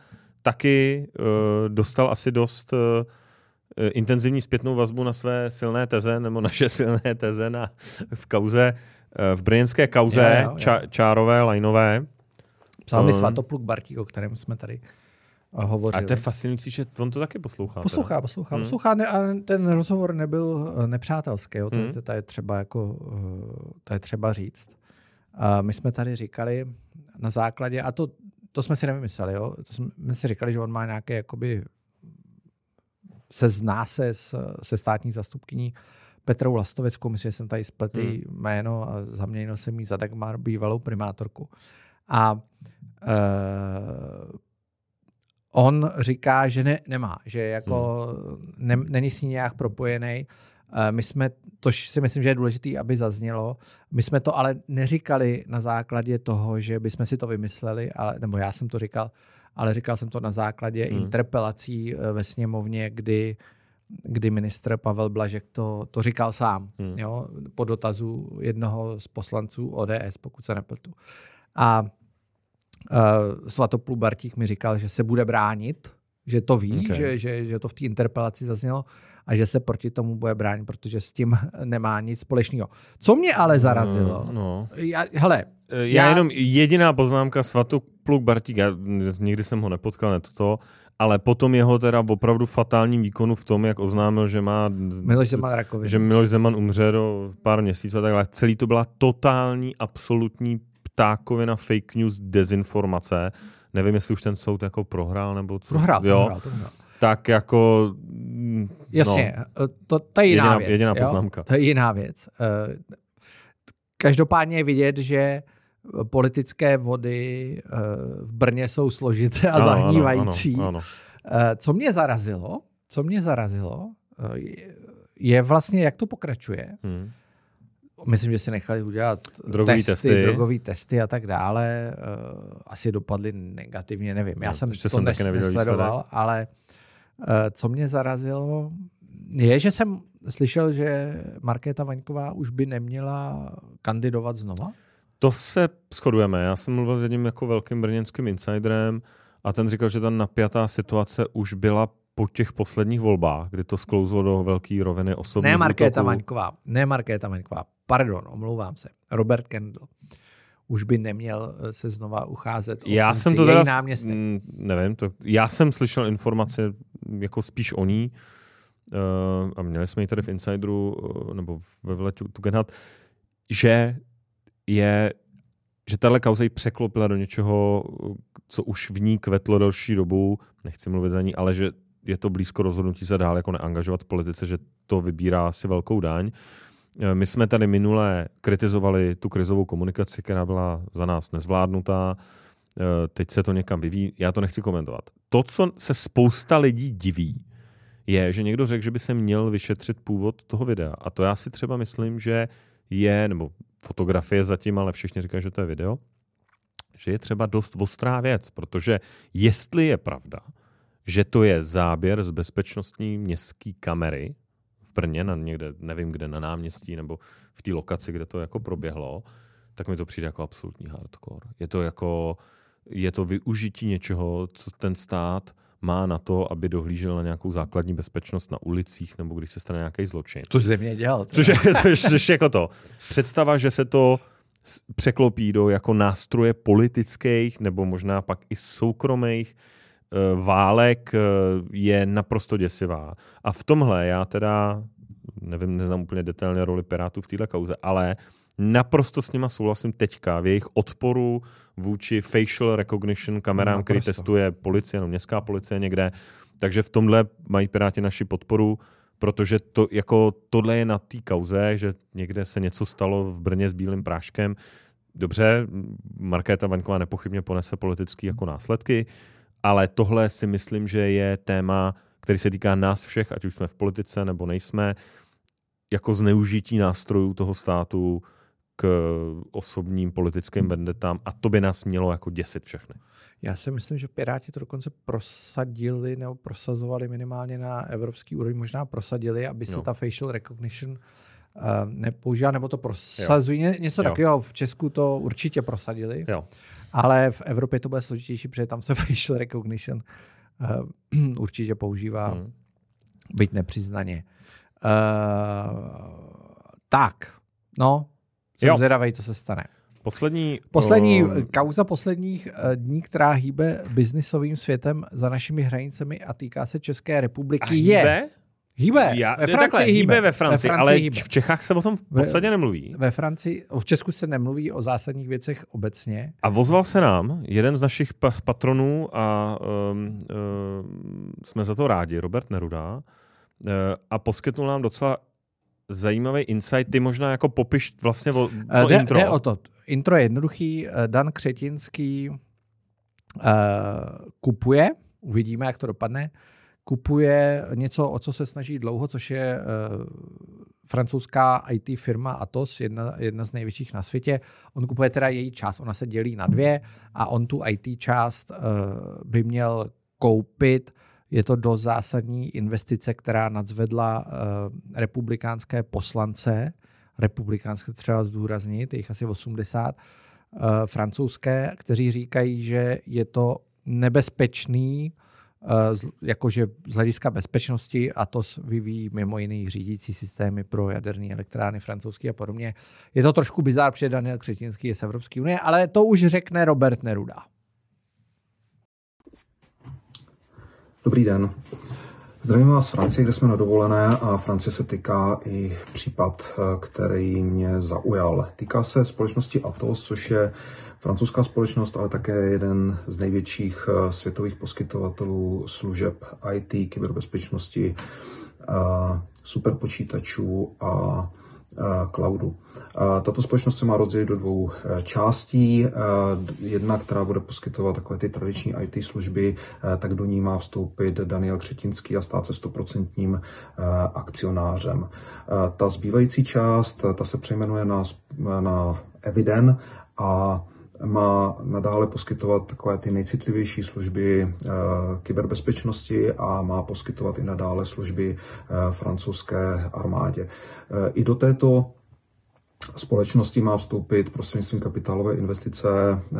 taky dostal asi dost intenzivní zpětnou vazbu na své silné teze, nebo naše silné teze v brněnské kauze Čárové, Lajnové. Psal mi Svatopluk Bartík, o kterém jsme tady hovořili. A to je fascinující, že on to taky poslouchá. Poslouchá. A ten rozhovor nebyl nepřátelský. To je třeba to je třeba říct. A my jsme tady říkali na základě, a to jsme si nevymysleli, jo? To jsme si říkali, že on má nějaké jakoby zná se státní zastupkyní Petrou Lastoveckou, myslím, že jsem tady spletl jméno a zaměnil jsem jí za Dagmar, bývalou primátorku. A on říká, že nemá, že jako není s ní nějak propojený. To si myslím, že je důležité, aby zaznělo. My jsme to ale neříkali na základě toho, že bychom si to vymysleli, nebo já jsem to říkal, ale říkal jsem to na základě interpelací ve sněmovně, kdy ministr Pavel Blažek to říkal sám, jo, po dotazu jednoho z poslanců ODS, pokud se nepletu. A Svatopluk Bartík mi říkal, že se bude bránit, že to ví, že to v té interpelaci zaznělo a že se proti tomu bude bránit, protože s tím nemá nic společného. Co mě ale zarazilo? Já jenom jediná poznámka, Svatopluk Bartík, já nikdy jsem ho nepotkal, ale potom jeho teda opravdu fatálním výkonu v tom, jak oznámil, že má Miloš Zeman umře do pár měsíců a takhle. Celý to byla totální, absolutní ptákovina fake news, dezinformace. Nevím, jestli už ten soud jako prohrál, nebo co. Prohrál. Tak jako... Jasně, to je jiná věc. Jediná poznámka. To je jiná věc. Každopádně je vidět, že politické vody v Brně jsou složité a zahnívající. Ano. Co mě zarazilo, je vlastně, jak to pokračuje. Myslím, že si nechali udělat drogové testy a tak dále. Asi dopadly negativně, nevím. Já jsem to nesledoval, ale co mě zarazilo, je, že jsem slyšel, že Markéta Vaňková už by neměla kandidovat znova. To se shodujeme. Já jsem mluvil s jedním jako velkým brněnským insiderem a ten říkal, že ta napjatá situace už byla po těch posledních volbách, kdy to sklouzlo do velké roviny osobních útoků. Ne Markéta Vaňková. Pardon, omlouvám se. Robert Kendall už by neměl se znova ucházet o funkci její náměstek. Nevím, já jsem slyšel informace jako spíš o ní a měli jsme ji tady v Insideru nebo ve Vletu Tugendhat, že tahle kauza ji překlopila do něčeho, co už v ní kvetlo delší dobu, nechci mluvit za ní, ale že je to blízko rozhodnutí se dál jako neangažovat v politice, že to vybírá si velkou daň. My jsme tady minule kritizovali tu krizovou komunikaci, která byla za nás nezvládnutá. Teď se to někam vyvíjí. Já to nechci komentovat. To, co se spousta lidí diví, je, že někdo řekl, že by se měl vyšetřit původ toho videa. A to já si třeba myslím, že je, nebo fotografie zatím, ale všichni říkají, že to je video, že je třeba dost ostrá věc, protože jestli je pravda, že to je záběr z bezpečnostní městské kamery v Brně, někde, nevím kde, na náměstí nebo v té lokaci, kde to jako proběhlo, tak mi to přijde jako absolutní hardcore. Je to využití něčeho, co ten stát má na to, aby dohlížel na nějakou základní bezpečnost na ulicích nebo když se stane nějaký zločin. Což země dělal. Což jako to. Představa, že se to překlopí do jako nástroje politických nebo možná pak i soukromých válek je naprosto děsivá. A v tomhle já teda, neznám úplně detailně roli Pirátů v této kauze, ale naprosto s nima souhlasím teďka v jejich odporu vůči facial recognition kamerám, který testuje policie, no městská policie někde. Takže v tomhle mají Piráti naši podporu, protože tohle je na té kauze, že někde se něco stalo v Brně s bílým práškem. Dobře, Markéta Vaňková nepochybně ponese politické jako následky, ale tohle si myslím, že je téma, který se týká nás všech, ať už jsme v politice nebo nejsme, jako zneužití nástrojů toho státu k osobním politickým vendetám a to by nás mělo jako děsit všechny. Já si myslím, že Piráti to dokonce prosadili nebo prosazovali minimálně na evropský úrovni, možná prosadili, aby se ta facial recognition nepoužívá, nebo to prosazují. Něco takového v Česku to určitě prosadili, ale v Evropě to bude složitější, protože tam se facial recognition určitě používá, byť nepřiznaně. Tak, no, jsem zvědavej, co se stane. Poslední kauza posledních dní, která hýbe biznisovým světem za našimi hranicemi a týká se České republiky, hýbe? Hýbe. Ve Francii hýbe. Ve Francii, ale v Čechách se o tom v podstatě nemluví. Ve Francii, v Česku se nemluví o zásadních věcech obecně. A ozval se nám jeden z našich patronů a jsme za to rádi, Robert Neruda, a poskytnul nám docela zajímavý insight. Ty možná jako popiš vlastně to intro. Jde o to. Intro je jednoduchý. Dan Křetínský kupuje, uvidíme, jak to dopadne, kupuje něco, o co se snaží dlouho, což je francouzská IT firma Atos, jedna z největších na světě. On kupuje teda její část, ona se dělí na dvě a on tu IT část by měl koupit. Je to dost zásadní investice, která nadzvedla republikánské poslance, republikánské třeba zdůraznit, je jich asi 80, francouzské, kteří říkají, že je to nebezpečný, jakože z hlediska bezpečnosti, a to vyvíjí mimo jiný řídící systémy pro jaderné elektrárny francouzské a podobně. Je to trošku bizár, protože Daniel Křetínský je z Evropské unie, ale to už řekne Robert Neruda. Dobrý den. Zdravím vás z Francie, kde jsme na dovolené a Francie se týká i případ, který mě zaujal. Týká se společnosti Atos, což je francouzská společnost, ale také jeden z největších světových poskytovatelů služeb IT, kyberbezpečnosti, superpočítačů a cloudu. Tato společnost se má rozdělit do dvou částí. Jedna, která bude poskytovat takové ty tradiční IT služby, tak do ní má vstoupit Daniel Křetínský a stát se 100% akcionářem. Ta zbývající část, ta se přejmenuje na Eviden a má nadále poskytovat takové ty nejcitlivější služby kyberbezpečnosti a má poskytovat i nadále služby francouzské armádě. I do této společnosti má vstoupit prostřednictvím kapitálové investice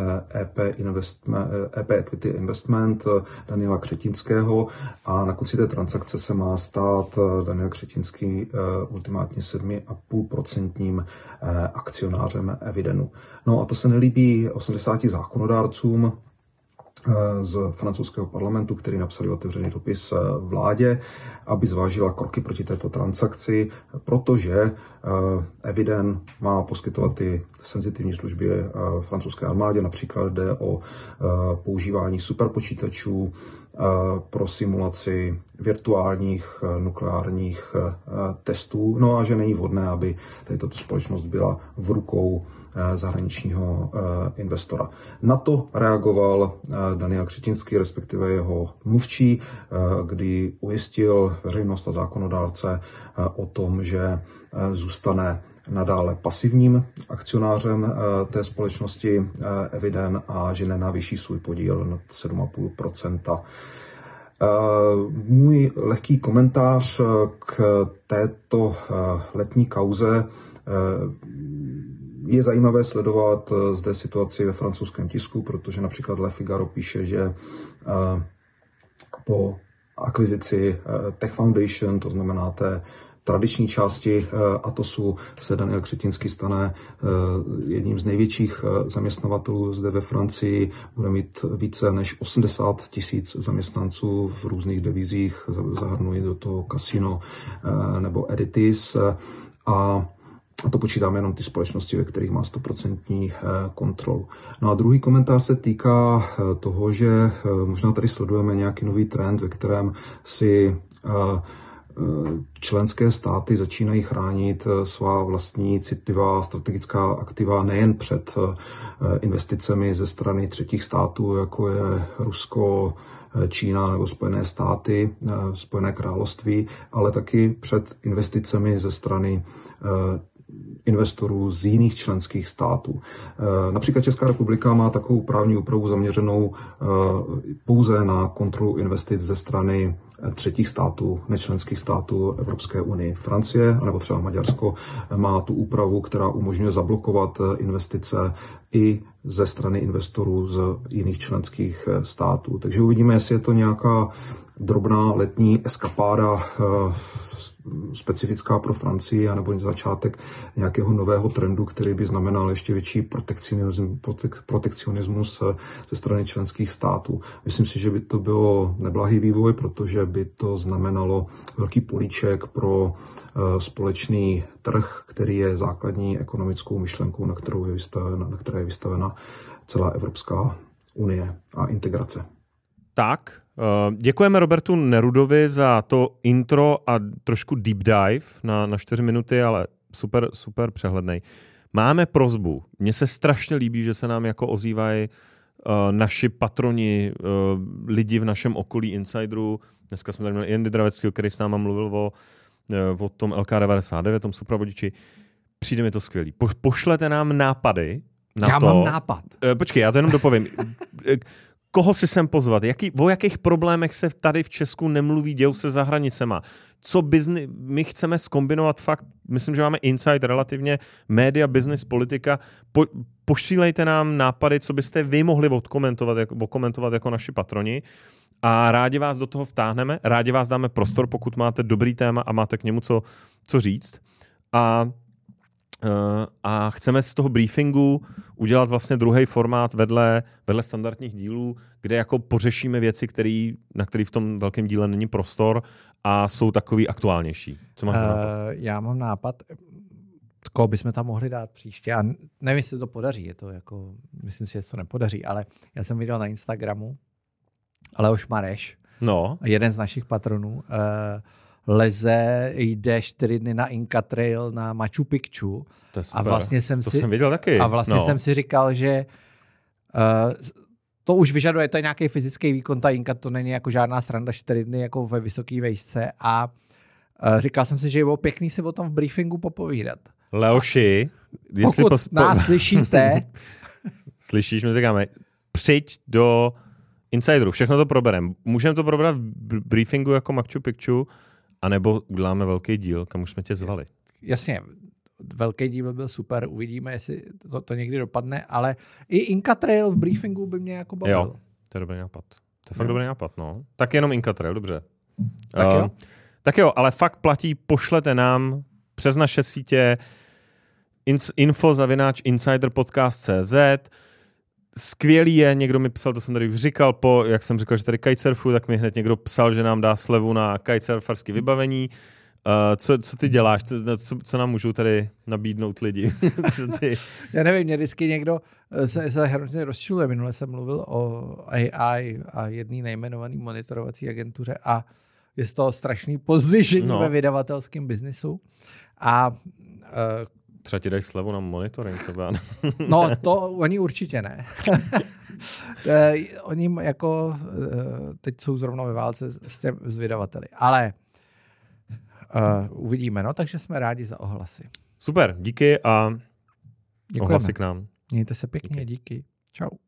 EP Equity Investment Daniela Křetínského a na konci té transakce se má stát Daniel Křetínský ultimátně 7,5% akcionářem Evidenu. No a to se nelíbí 80 zákonodárcům z francouzského parlamentu, který napsali otevřený dopis vládě, aby zvážila kroky proti této transakci, protože Eviden má poskytovat ty senzitivní služby francouzské armádě, například jde o používání superpočítačů pro simulaci virtuálních nukleárních testů, no a že není vhodné, aby tato společnost byla v rukou zahraničního investora. Na to reagoval Daniel Křetínský, respektive jeho mluvčí, kdy ujistil veřejnost a zákonodárce o tom, že zůstane nadále pasivním akcionářem té společnosti Eviden a že nenavýší svůj podíl nad 7,5%. Můj lehký komentář k této letní kauze. Je zajímavé sledovat zde situaci ve francouzském tisku, protože například Le Figaro píše, že po akvizici Tech Foundation, to znamená té tradiční části Atosu, se Daniel Křetínský stane jedním z největších zaměstnavatelů zde ve Francii. Bude mít více než 80 000 zaměstnanců v různých devizích, zahrnují do toho Casino nebo Editis a to počítáme jenom ty společnosti, ve kterých má 100% kontrolu. No a druhý komentář se týká toho, že možná tady sledujeme nějaký nový trend, ve kterém si členské státy začínají chránit svá vlastní citlivá strategická aktiva nejen před investicemi ze strany třetích států, jako je Rusko, Čína nebo Spojené státy, Spojené království, ale taky před investicemi ze strany investorů z jiných členských států. Například Česká republika má takovou právní úpravu zaměřenou pouze na kontrolu investic ze strany třetích států, nečlenských států Evropské unie. Francie nebo třeba Maďarsko má tu úpravu, která umožňuje zablokovat investice i ze strany investorů z jiných členských států. Takže uvidíme, jestli je to nějaká drobná letní eskapáda specifická pro Francii, anebo začátek nějakého nového trendu, který by znamenal ještě větší protekcionismus ze strany členských států. Myslím si, že by to bylo neblahý vývoj, protože by to znamenalo velký políček pro společný trh, který je základní ekonomickou myšlenkou, na které je vystavena celá Evropská unie a integrace. Tak, děkujeme Robertu Nerudovi za to intro a trošku deep dive na 4 minuty, ale super přehlednej. Máme prosbu. Mně se strašně líbí, že se nám jako ozývají naši patroni, lidi v našem okolí, insiderů. Dneska jsme tady měli Jandy Draveckého, který s náma mluvil o tom LK99, tom supravodiči. Přijde mi to skvělý. Pošlete nám nápady na Já mám nápad. Počkej, já to jenom dopovím. Koho si sem pozvat? O jakých problémech se tady v Česku nemluví, dějou se za hranicema? My chceme zkombinovat fakt, myslím, že máme insight relativně, média, business, politika. Pošílejte nám nápady, co byste vy mohli okomentovat jako naši patroni a rádi vás do toho vtáhneme, rádi vás dáme prostor, pokud máte dobrý téma a máte k němu co říct. A chceme z toho briefingu udělat vlastně druhý formát vedle standardních dílů, kde jako pořešíme věci, na které v tom velkém díle není prostor a jsou takový aktuálnější. Co máš nápad? Já mám nápad, koho bychom tam mohli dát příště. A nevím, jestli to podaří. Je to jako, myslím si, že to nepodaří, ale já jsem viděl na Instagramu Leoš Mareš, jeden z našich patronů, jde 4 dny na Inca Trail na Machu Picchu. A vlastně jsem viděl taky. A vlastně jsem si říkal, že to už vyžaduje, to je nějaký fyzický výkon, ta Inca, to není jako žádná sranda 4 dny jako ve vysoké výšce a říkal jsem si, že je bylo pěkný si o tom v briefingu popovídat. Leoši, pokud nás slyšíte, slyšíš, my říkáme, přijď do Insideru, všechno to probereme. Můžeme to probrat v briefingu jako Machu Picchu, anebo uděláme velký díl, kam už jsme tě zvali. Jasně, velký díl by byl super, uvidíme, jestli to někdy dopadne, ale i Inca Trail v briefingu by mě jako bavil. Jo, to je dobrý nápad. To je fakt dobrý nápad, no. Tak jenom Inca Trail, dobře. Tak jo, ale fakt platí, pošlete nám přes naše sítě info@insiderpodcast.cz. Skvělý je, někdo mi psal, to jsem tady už říkal, jak jsem říkal, že tady kitesurfu, tak mi hned někdo psal, že nám dá slevu na kitesurfarské vybavení. Co ty děláš? Co nám můžou tady nabídnout lidi? Já nevím, mě vždycky někdo se hrozně rozčiluje. Minule jsem mluvil o AI a jedné nejmenované monitorovací agentuře a je z toho strašný pozdvižení ve vydavatelském biznisu. A třeba ti dají slevu na monitoring. No, to oni určitě ne. Oni jako teď jsou zrovna ve válce s vydavateli. Ale uvidíme, no, takže jsme rádi za ohlasy. Super, díky a ohlasy k nám. Mějte se pěkně, díky. Čau.